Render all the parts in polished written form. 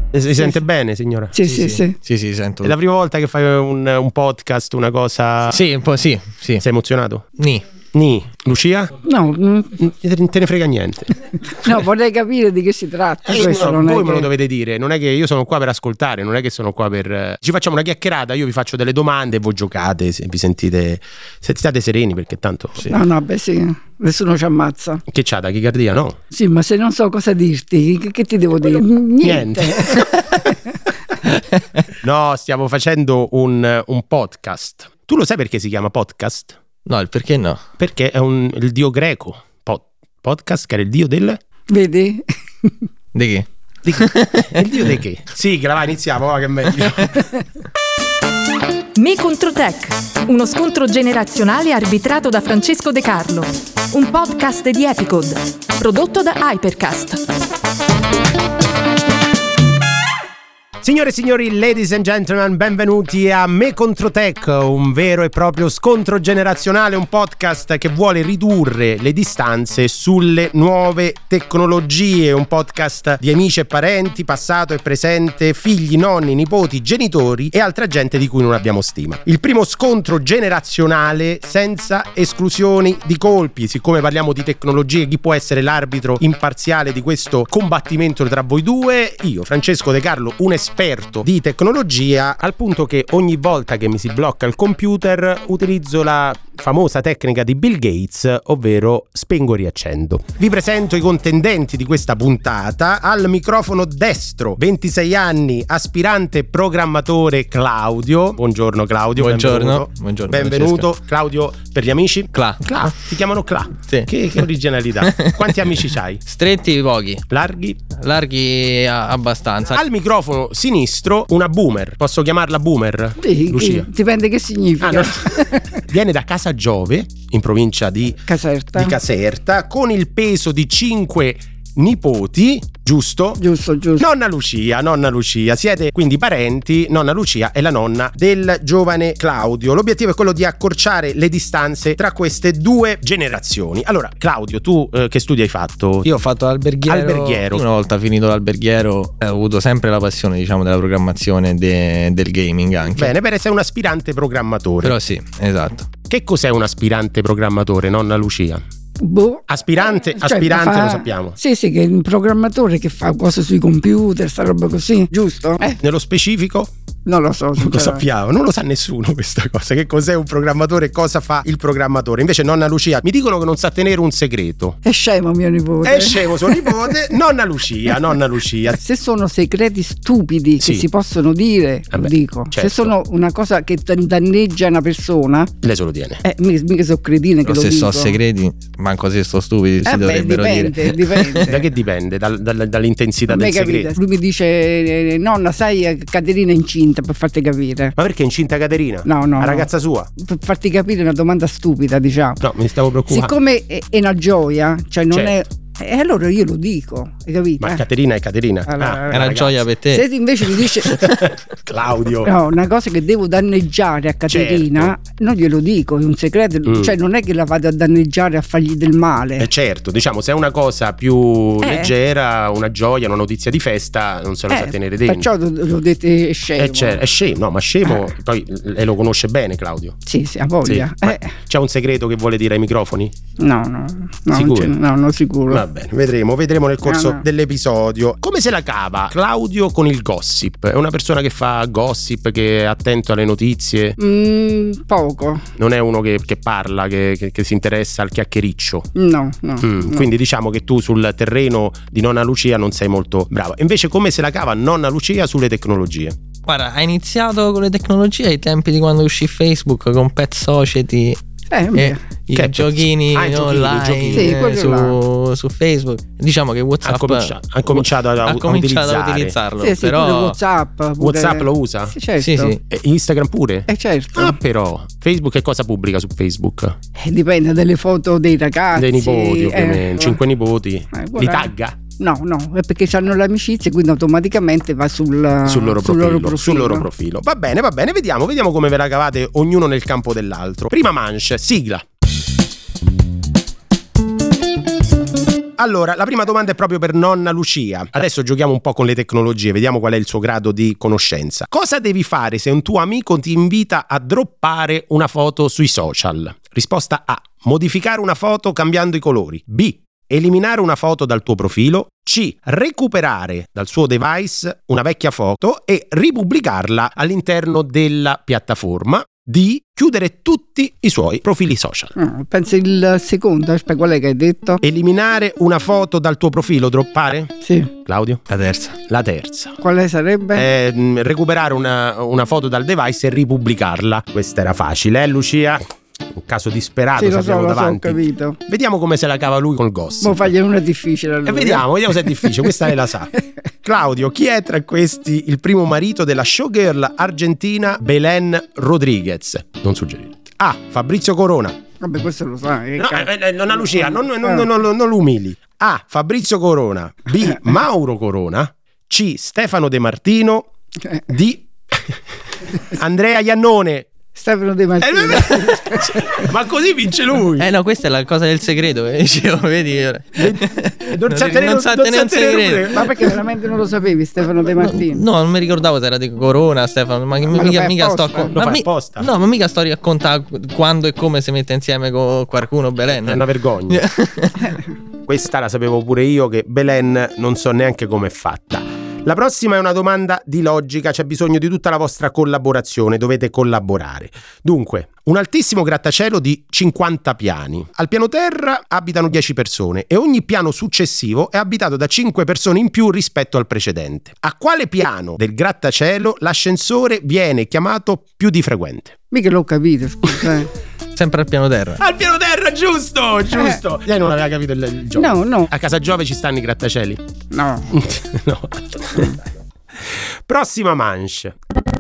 Si sente bene, signora? Sì, sento. È la prima volta che fai un podcast, una cosa... Sì, un po' sì. Sei emozionato? Ni. Lucia? No. Te ne frega niente. No, vorrei capire di che si tratta. No, voi me lo dovete dire. Non è che io sono qua per ascoltare, non è che sono qua per... Ci facciamo una chiacchierata, io vi faccio delle domande e voi giocate, se vi sentite... State sereni perché tanto... Sì. No, sì. Nessuno ci ammazza. Che c'ha, tachicardia, no? Sì, ma se non so cosa dirti, che ti devo dire? Niente. No, stiamo facendo un podcast. Tu lo sai perché si chiama podcast? No, il perché no? Perché è il dio greco. Podcast, che era il dio del... Vedi? Di che? Il dio di che? Sigla, vai, iniziamo, che è meglio. Me contro Tech, uno scontro generazionale arbitrato da Francesco De Carlo. Un podcast di Epicode, prodotto da Hypercast. Signore e signori, ladies and gentlemen, benvenuti a Me contro Tech, un vero e proprio scontro generazionale, un podcast che vuole ridurre le distanze sulle nuove tecnologie, un podcast di amici e parenti, passato e presente, figli, nonni, nipoti, genitori e altra gente di cui non abbiamo stima. Il primo scontro generazionale senza esclusioni di colpi, siccome parliamo di tecnologie, chi può essere l'arbitro imparziale di questo combattimento tra voi due? Io, Francesco De Carlo, un esperto di tecnologia, al punto che ogni volta che mi si blocca il computer utilizzo la famosa tecnica di Bill Gates, ovvero spengo e riaccendo. Vi presento i contendenti di questa puntata. Al microfono destro, 26 anni, aspirante programmatore Claudio. Buongiorno Claudio. Buongiorno. Benvenuto. Claudio per gli amici? Cla. Ti chiamano Cla? Sì. Che originalità. Quanti amici c'hai? Stretti, pochi. Larghi abbastanza. Al microfono sinistro una boomer. Posso chiamarla boomer? Sì, Lucia. dipende che significa. No. Viene da Casa Giove, in provincia di Caserta, con il peso di 5 nipoti, giusto? Giusto. Nonna Lucia, siete quindi parenti. Nonna Lucia è la nonna del giovane Claudio. L'obiettivo è quello di accorciare le distanze tra queste due generazioni. Allora, Claudio, tu che studi hai fatto? Io ho fatto alberghiero. Una volta finito l'alberghiero ho avuto sempre la passione, diciamo, della programmazione del gaming anche. Bene, sei un aspirante programmatore. Però sì, esatto. Che cos'è un aspirante programmatore, nonna Lucia? Aspirante lo sappiamo. Sì, che è un programmatore che fa cose sui computer, sta roba così, giusto? Nello specifico? Non lo so. Non lo sappiamo, non lo sa nessuno questa cosa. Che cos'è un programmatore, cosa fa il programmatore? Invece nonna Lucia, mi dicono che non sa tenere un segreto. È scemo mio nipote. È scemo suo nipote. Nonna Lucia. Se sono segreti stupidi che si possono dire, lo dico. Certo. Se sono una cosa che danneggia una persona, lei se lo tiene. Mica sono cretine che lo dico. Se sono segreti, manco se sto stupidi si dovrebbero dire. Dipende. Da che dipende? Dall'intensità del segreto. Lui mi dice: nonna, sai, Caterina è incinta, per farti capire. Ma perché è incinta Caterina? No. La ragazza sua? Per farti capire una domanda stupida, diciamo. No, mi stavo preoccupando. Siccome è una gioia, cioè non è. E allora io lo dico, hai capito? Ma Caterina è Caterina. Allora, è una gioia per te. Se invece mi dice Claudio, no, una cosa che devo danneggiare a Caterina, non glielo dico, è un segreto, cioè non è che la vado a danneggiare, a fargli del male. Certo, diciamo, se è una cosa più leggera, una gioia, una notizia di festa, non se lo sa tenere dentro. Perciò lo dite scemo. È scemo, no, ma scemo poi lei lo conosce bene, Claudio. Sì, ha voglia. Sì. C'è un segreto che vuole dire ai microfoni? No, sicuro? Non sicuro. Va bene, vedremo nel corso dell'episodio. Come se la cava Claudio con il gossip? È una persona che fa gossip, che è attento alle notizie? Poco. Non è uno che parla, che si interessa al chiacchiericcio? No. Quindi diciamo che tu sul terreno di nonna Lucia non sei molto brava. Invece come se la cava nonna Lucia sulle tecnologie? Guarda, ha iniziato con le tecnologie ai tempi di quando uscì Facebook con Pet Society. I giochini online su Facebook. Diciamo che WhatsApp ha cominciato a utilizzarlo. Sì, però WhatsApp lo usa? Sì, certo. Sì. E Instagram pure? Certo. Ah, però Facebook che cosa pubblica su Facebook? Dipende dalle foto dei ragazzi, dei nipoti, ovviamente. 5 nipoti. Li tagga? No, è perché hanno l'amicizia, quindi automaticamente va sul loro profilo. Va bene, vediamo come ve la cavate ognuno nel campo dell'altro. Prima manche, sigla. Allora, la prima domanda è proprio per nonna Lucia. Adesso giochiamo un po' con le tecnologie, vediamo qual è il suo grado di conoscenza. Cosa devi fare se un tuo amico ti invita a droppare una foto sui social? Risposta A: modificare una foto cambiando i colori. B: eliminare una foto dal tuo profilo. C: recuperare dal suo device una vecchia foto e ripubblicarla all'interno della piattaforma. D: chiudere tutti i suoi profili social. Penso il secondo, aspetta, qual è che hai detto? Eliminare una foto dal tuo profilo, droppare? Sì. Claudio? La terza. Quale sarebbe? Recuperare una foto dal device e ripubblicarla. Questa era facile, Lucia? Un caso disperato, sì, sappiamo davanti. Ho capito. Vediamo come se la cava lui col gossip. Mo' fagli una difficile allora. E vediamo se è difficile. Questa lei la sa. Claudio, chi è tra questi il primo marito della showgirl argentina Belén Rodríguez? Non suggerire. A: Fabrizio Corona. Vabbè, questo lo sai. Nonna Lucia, non lo umili. A: Fabrizio Corona. B: Mauro Corona. C: Stefano De Martino. D: Andrea Iannone. Stefano De Martino. Ma così vince lui. No, questa è la cosa del segreto. Dicevo, vedi. Non sa tenere un segreto. Ma perché veramente non lo sapevi, Stefano De Martino? No, non mi ricordavo se era di Corona, Stefano. Ma mica sto No, ma mica sto a raccontare quando e come si mette insieme con qualcuno. Belén è una vergogna. Questa la sapevo pure io, che Belén non so neanche come è fatta. La prossima è una domanda di logica, c'è bisogno di tutta la vostra collaborazione, dovete collaborare. Dunque, un altissimo grattacielo di 50 piani. Al piano terra abitano 10 persone e ogni piano successivo è abitato da 5 persone in più rispetto al precedente. A quale piano del grattacielo l'ascensore viene chiamato più di frequente? Mica l'ho capito, scusa. Sempre al piano terra. Al piano terra, giusto. Lei non aveva capito il gioco? No. A casa Giove ci stanno i grattacieli? No. No. Prossima manche.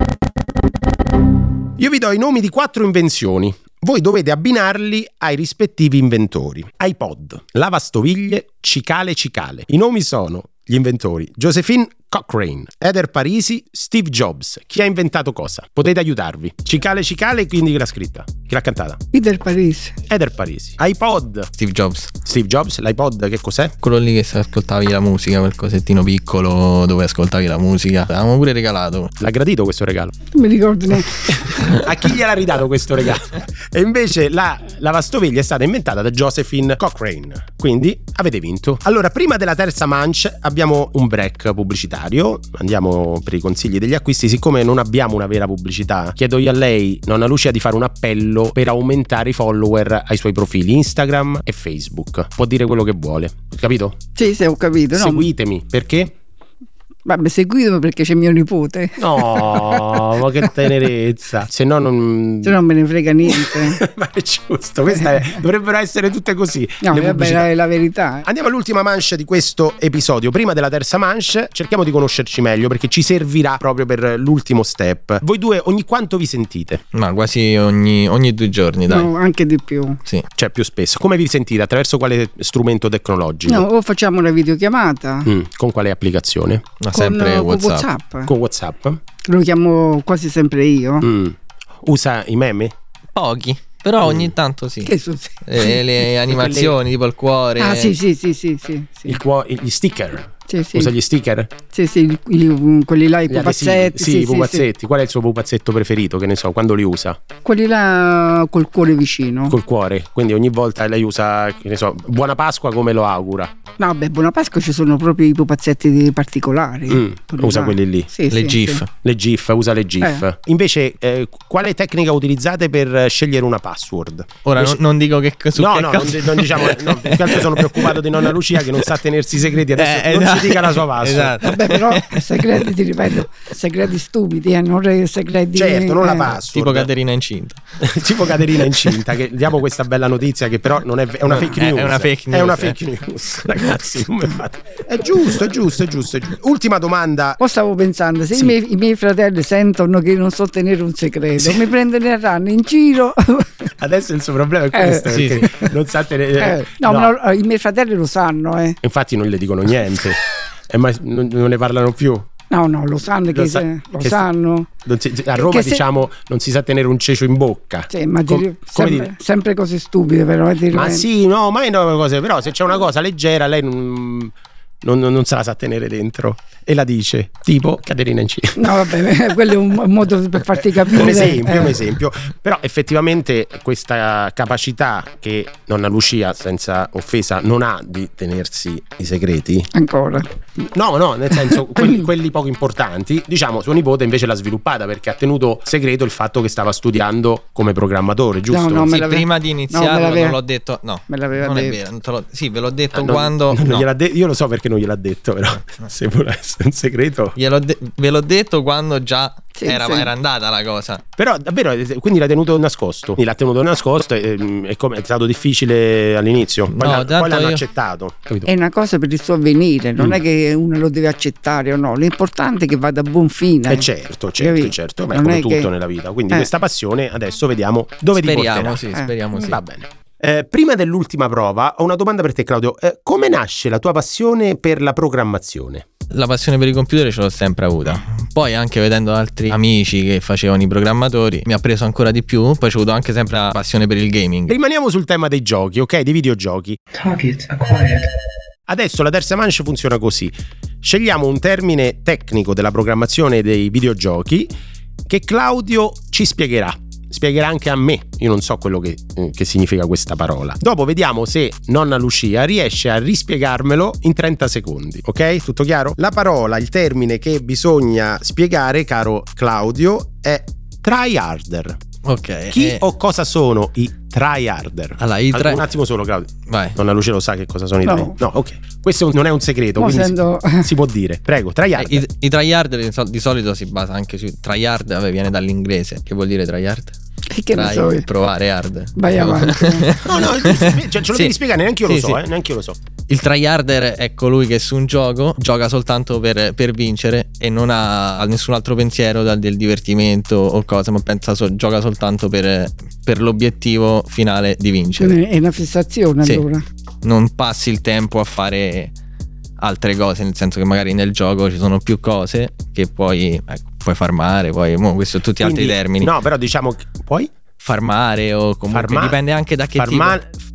Io vi do i nomi di 4 invenzioni. Voi dovete abbinarli ai rispettivi inventori. iPod, lavastoviglie, cicale. I nomi sono gli inventori: Josephine Cochrane, Eder Parisi, Steve Jobs. Chi ha inventato cosa? Potete aiutarvi. Cicale, quindi chi l'ha scritta? Chi l'ha cantata? Eder Parisi. iPod. Steve Jobs. L'iPod che cos'è? Quello lì che ascoltavi la musica, quel cosettino piccolo dove ascoltavi la musica. L'avevamo pure regalato. L'ha gradito questo regalo? Non mi ricordo neanche. A chi gliel'ha ridato questo regalo? E invece la lavastoviglie è stata inventata da Josephine Cochrane. Quindi avete vinto. Allora, prima della terza manche abbiamo un break pubblicitario. Andiamo per i consigli degli acquisti. Siccome non abbiamo una vera pubblicità, chiedo io a lei, nonna Lucia, di fare un appello per aumentare i follower ai suoi profili Instagram e Facebook. Può dire quello che vuole, capito? Sì, ho capito. Seguitemi, perché? Vabbè, seguitemi perché c'è mio nipote. No, ma che tenerezza. Se no non me ne frega niente. Ma è giusto, dovrebbero essere tutte così. No, vabbè, è la verità. Andiamo all'ultima manche di questo episodio. Prima della terza manche cerchiamo di conoscerci meglio, perché ci servirà proprio per l'ultimo step. Voi due ogni quanto vi sentite? Ma quasi ogni 2 giorni, dai. No, anche di più. Sì. Cioè più spesso. Come vi sentite? Attraverso quale strumento tecnologico? No, o facciamo una videochiamata. Con quale applicazione? Sempre WhatsApp. Con WhatsApp? Lo chiamo quasi sempre io. Usa i meme? Pochi, però ogni tanto sì. Che le animazioni, tipo il cuore. Ah, sì. Gli sticker. Sì. Usa gli sticker? Sì, quelli là, i pupazzetti. Sì, i pupazzetti. Qual è il suo pupazzetto preferito? Che ne so, quando li usa? Quelli là col cuore vicino. Col cuore, quindi ogni volta lei usa, che ne so, Buona Pasqua come lo augura? No, beh, Buona Pasqua ci sono proprio i pupazzetti particolari. Usa quelli lì. Sì, le GIF. Le GIF, usa le GIF. Invece, quale tecnica utilizzate per scegliere una password? Ora non dico che cosa. Non diciamo, più che altro sono preoccupato di nonna Lucia che non sa tenersi i segreti, adesso non ci dica la sua password. Esatto. Vabbè, però segreti, ti ripeto, segreti stupidi, non segreti. Certo, non la password. Tipo Caterina incinta. Tipo Caterina incinta, che diamo questa bella notizia che però non è una fake news. È una fake news. Ragazzi, come fate? È giusto. Ultima domanda. Poi stavo pensando, se i miei fratelli sentono che non so tenere un segreto, mi prenderanno in giro. Adesso il suo problema è questo, perché non sa tenere. No, i miei fratelli lo sanno. Infatti non le dicono niente. Ma non ne parlano più? No, lo sanno lo sanno. A Roma diciamo non si sa tenere un cecio in bocca. Sì, ma sempre cose stupide però. Ma sì, no, mai no cose, però se c'è una cosa leggera lei non se la sa tenere dentro e la dice, tipo Caterina in Cina. No vabbè, quello è un modo per farti capire. Un esempio. Però effettivamente questa capacità che nonna Lucia, senza offesa, non ha di tenersi i segreti ancora. No, nel senso quelli poco importanti, diciamo suo nipote invece l'ha sviluppata, perché ha tenuto segreto il fatto che stava studiando come programmatore, giusto? No, sì, prima di iniziarlo non l'ho detto. No, me l'aveva non detto. È vero, sì, ve l'ho detto quando io lo so perché non gliel'ha detto, però se vuole essere un segreto ve l'ho detto quando già era andata la cosa. Però davvero, quindi l'ha tenuto nascosto e è stato difficile all'inizio, poi l'hanno accettato, capito? È una cosa per il suo avvenire, non è che uno lo deve accettare o no, l'importante è che vada a buon fine. Certo, ma è come tutto nella vita, quindi questa passione adesso vediamo dove ti porterà. Speriamo sì. Va bene. Prima dell'ultima prova ho una domanda per te, Claudio. Come nasce la tua passione per la programmazione? La passione per i computer ce l'ho sempre avuta, poi anche vedendo altri amici che facevano i programmatori mi ha preso ancora di più, poi c'ho avuto anche sempre la passione per il gaming. Rimaniamo sul tema dei giochi, ok? Dei videogiochi. Target acquired. Adesso la terza manche funziona così: scegliamo un termine tecnico della programmazione dei videogiochi che Claudio ci spiegherà anche a me, io non so quello che significa questa parola. Dopo vediamo se nonna Lucia riesce a rispiegarmelo in 30 secondi, ok? Tutto chiaro? La parola, il termine che bisogna spiegare, caro Claudio, è tryharder. Ok. Chi o cosa sono i tryharder? Allora, un attimo solo, Claudio. Vai. Nonna Lucia lo sa che cosa sono i tryharder? No, ok. Questo non è un segreto, quindi si può dire. Prego, tryharder. I tryharder di solito si basa anche sui tryhard, viene dall'inglese. Che vuol dire tryhard? Che ne so io. Provare hard. Vai avanti. No, ce lo devi spiegare, neanche io lo so, neanche io lo so. Il tryharder è colui che su un gioco gioca soltanto per vincere e non ha nessun altro pensiero del divertimento o cosa, ma gioca soltanto per l'obiettivo finale di vincere. È una fissazione, allora. Non passi il tempo a fare altre cose, nel senso che magari nel gioco ci sono più cose che puoi farmare, questi sono tutti altri termini. No, però diciamo che puoi farmare o comunque dipende anche da che tipo.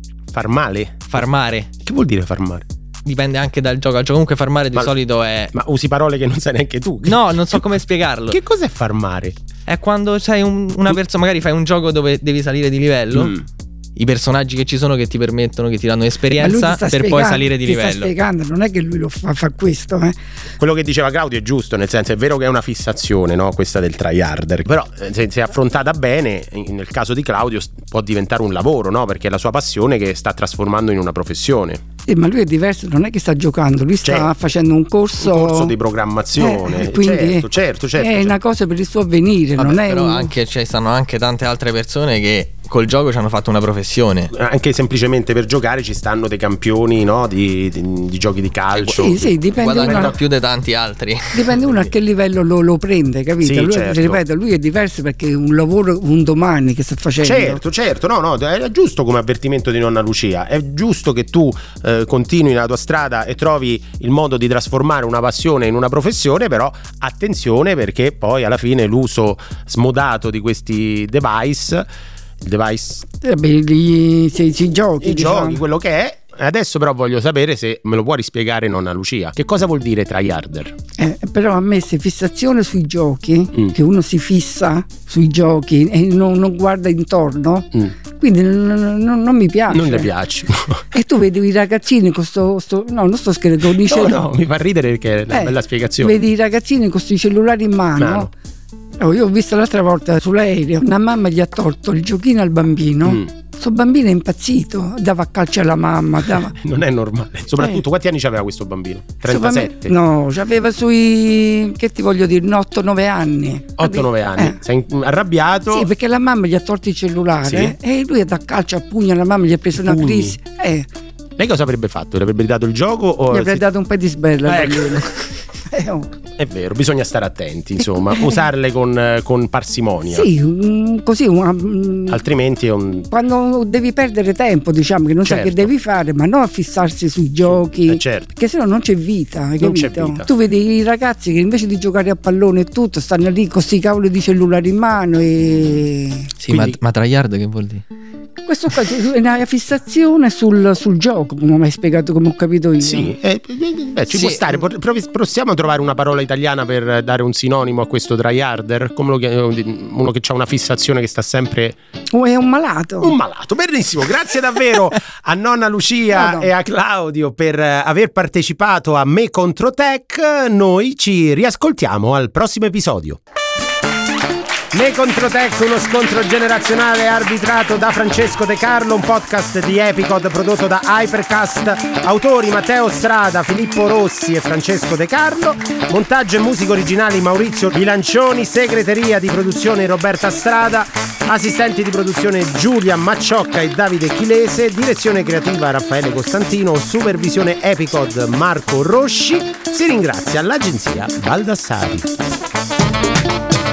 Farmare. Che vuol dire farmare? Dipende anche dal gioco. Comunque farmare di solito è... Ma usi parole che non sai neanche tu. No, non so come spiegarlo. Che cos'è farmare? È quando sei una persona, magari fai un gioco dove devi salire di livello. I personaggi che ci sono che ti permettono, che ti danno esperienza per poi salire di livello. Sta spiegando, non è che lui lo fa questo. Quello che diceva Claudio è giusto, nel senso è vero che è una fissazione, no? Questa del tryharder. Però se affrontata bene, nel caso di Claudio può diventare un lavoro, no? Perché è la sua passione che sta trasformando in una professione. Ma lui è diverso, non è che sta giocando, lui sta facendo un corso di programmazione. Quindi certo. È una cosa per il suo avvenire. Vabbè, non è però anche ci stanno anche tante altre persone che col gioco ci hanno fatto una professione. Anche semplicemente per giocare ci stanno dei campioni, no? di giochi di calcio. Sì, dipende. Guadagnano più di tanti altri. Dipende uno a che livello lo prende, capito? Sì, lui, certo. Ripeto, lui è diverso perché è un lavoro un domani che sta facendo. Certo, no, è giusto come avvertimento di nonna Lucia. È giusto che tu continui nella tua strada e trovi il modo di trasformare una passione in una professione, però attenzione, perché poi alla fine l'uso smodato di questi device, i giochi, giochi, quello che è. Adesso però voglio sapere se me lo può rispiegare nonna Lucia. Che cosa vuol dire tryharder? Però a me se fissazione sui giochi, che uno si fissa sui giochi e non guarda intorno, quindi non mi piace. Non le piace. E tu vedi i ragazzini con no, non sto scherzando. No, mi fa ridere perché è una bella spiegazione. Vedi i ragazzini con questi cellulari in mano. Io ho visto l'altra volta sull'aereo, una mamma gli ha tolto il giochino al bambino. Questo bambino è impazzito, dava a calcio alla mamma. Non è normale. Soprattutto quanti anni c'aveva questo bambino? 37? No, c'aveva sui, che ti voglio dire, 8-9 anni. 8-9 anni. Sei arrabbiato? Sì, perché la mamma gli ha tolto il cellulare e lui ha dato calcio a pugno, la mamma gli ha preso una crisi. Lei cosa avrebbe fatto? Le avrebbe dato il gioco? O gli avrebbe dato un po' di sberla al bambino. È vero, bisogna stare attenti, insomma, usarle con parsimonia. Sì, così altrimenti è quando devi perdere tempo, diciamo, che non sai che devi fare, ma non a fissarsi sui giochi, certo. Perché sennò non c'è vita, hai capito? C'è vita. Tu vedi i ragazzi che invece di giocare a pallone e tutto stanno lì con sti cavoli di cellulari in mano e... Sì, quindi... ma tryhard che vuol dire? Questo qua è una fissazione sul gioco, come mi hai spiegato, come ho capito io. Sì, ci può stare. Possiamo trovare una parola italiana per dare un sinonimo a questo tryharder? Come uno che ha una fissazione, che sta sempre... È un malato. Un malato, benissimo. Grazie davvero a nonna Lucia e a Claudio per aver partecipato a Me contro Tech. Noi ci riascoltiamo al prossimo episodio. Me contro Tech, uno scontro generazionale arbitrato da Francesco De Carlo, un podcast di Epicod prodotto da Hypercast, autori Matteo Strada, Filippo Rossi e Francesco De Carlo, montaggio e musica originali Maurizio Bilancioni, segreteria di produzione Roberta Strada, assistenti di produzione Giulia Macciocca e Davide Chilese, direzione creativa Raffaele Costantino, supervisione Epicod Marco Rosci. Si ringrazia l'agenzia Baldassari.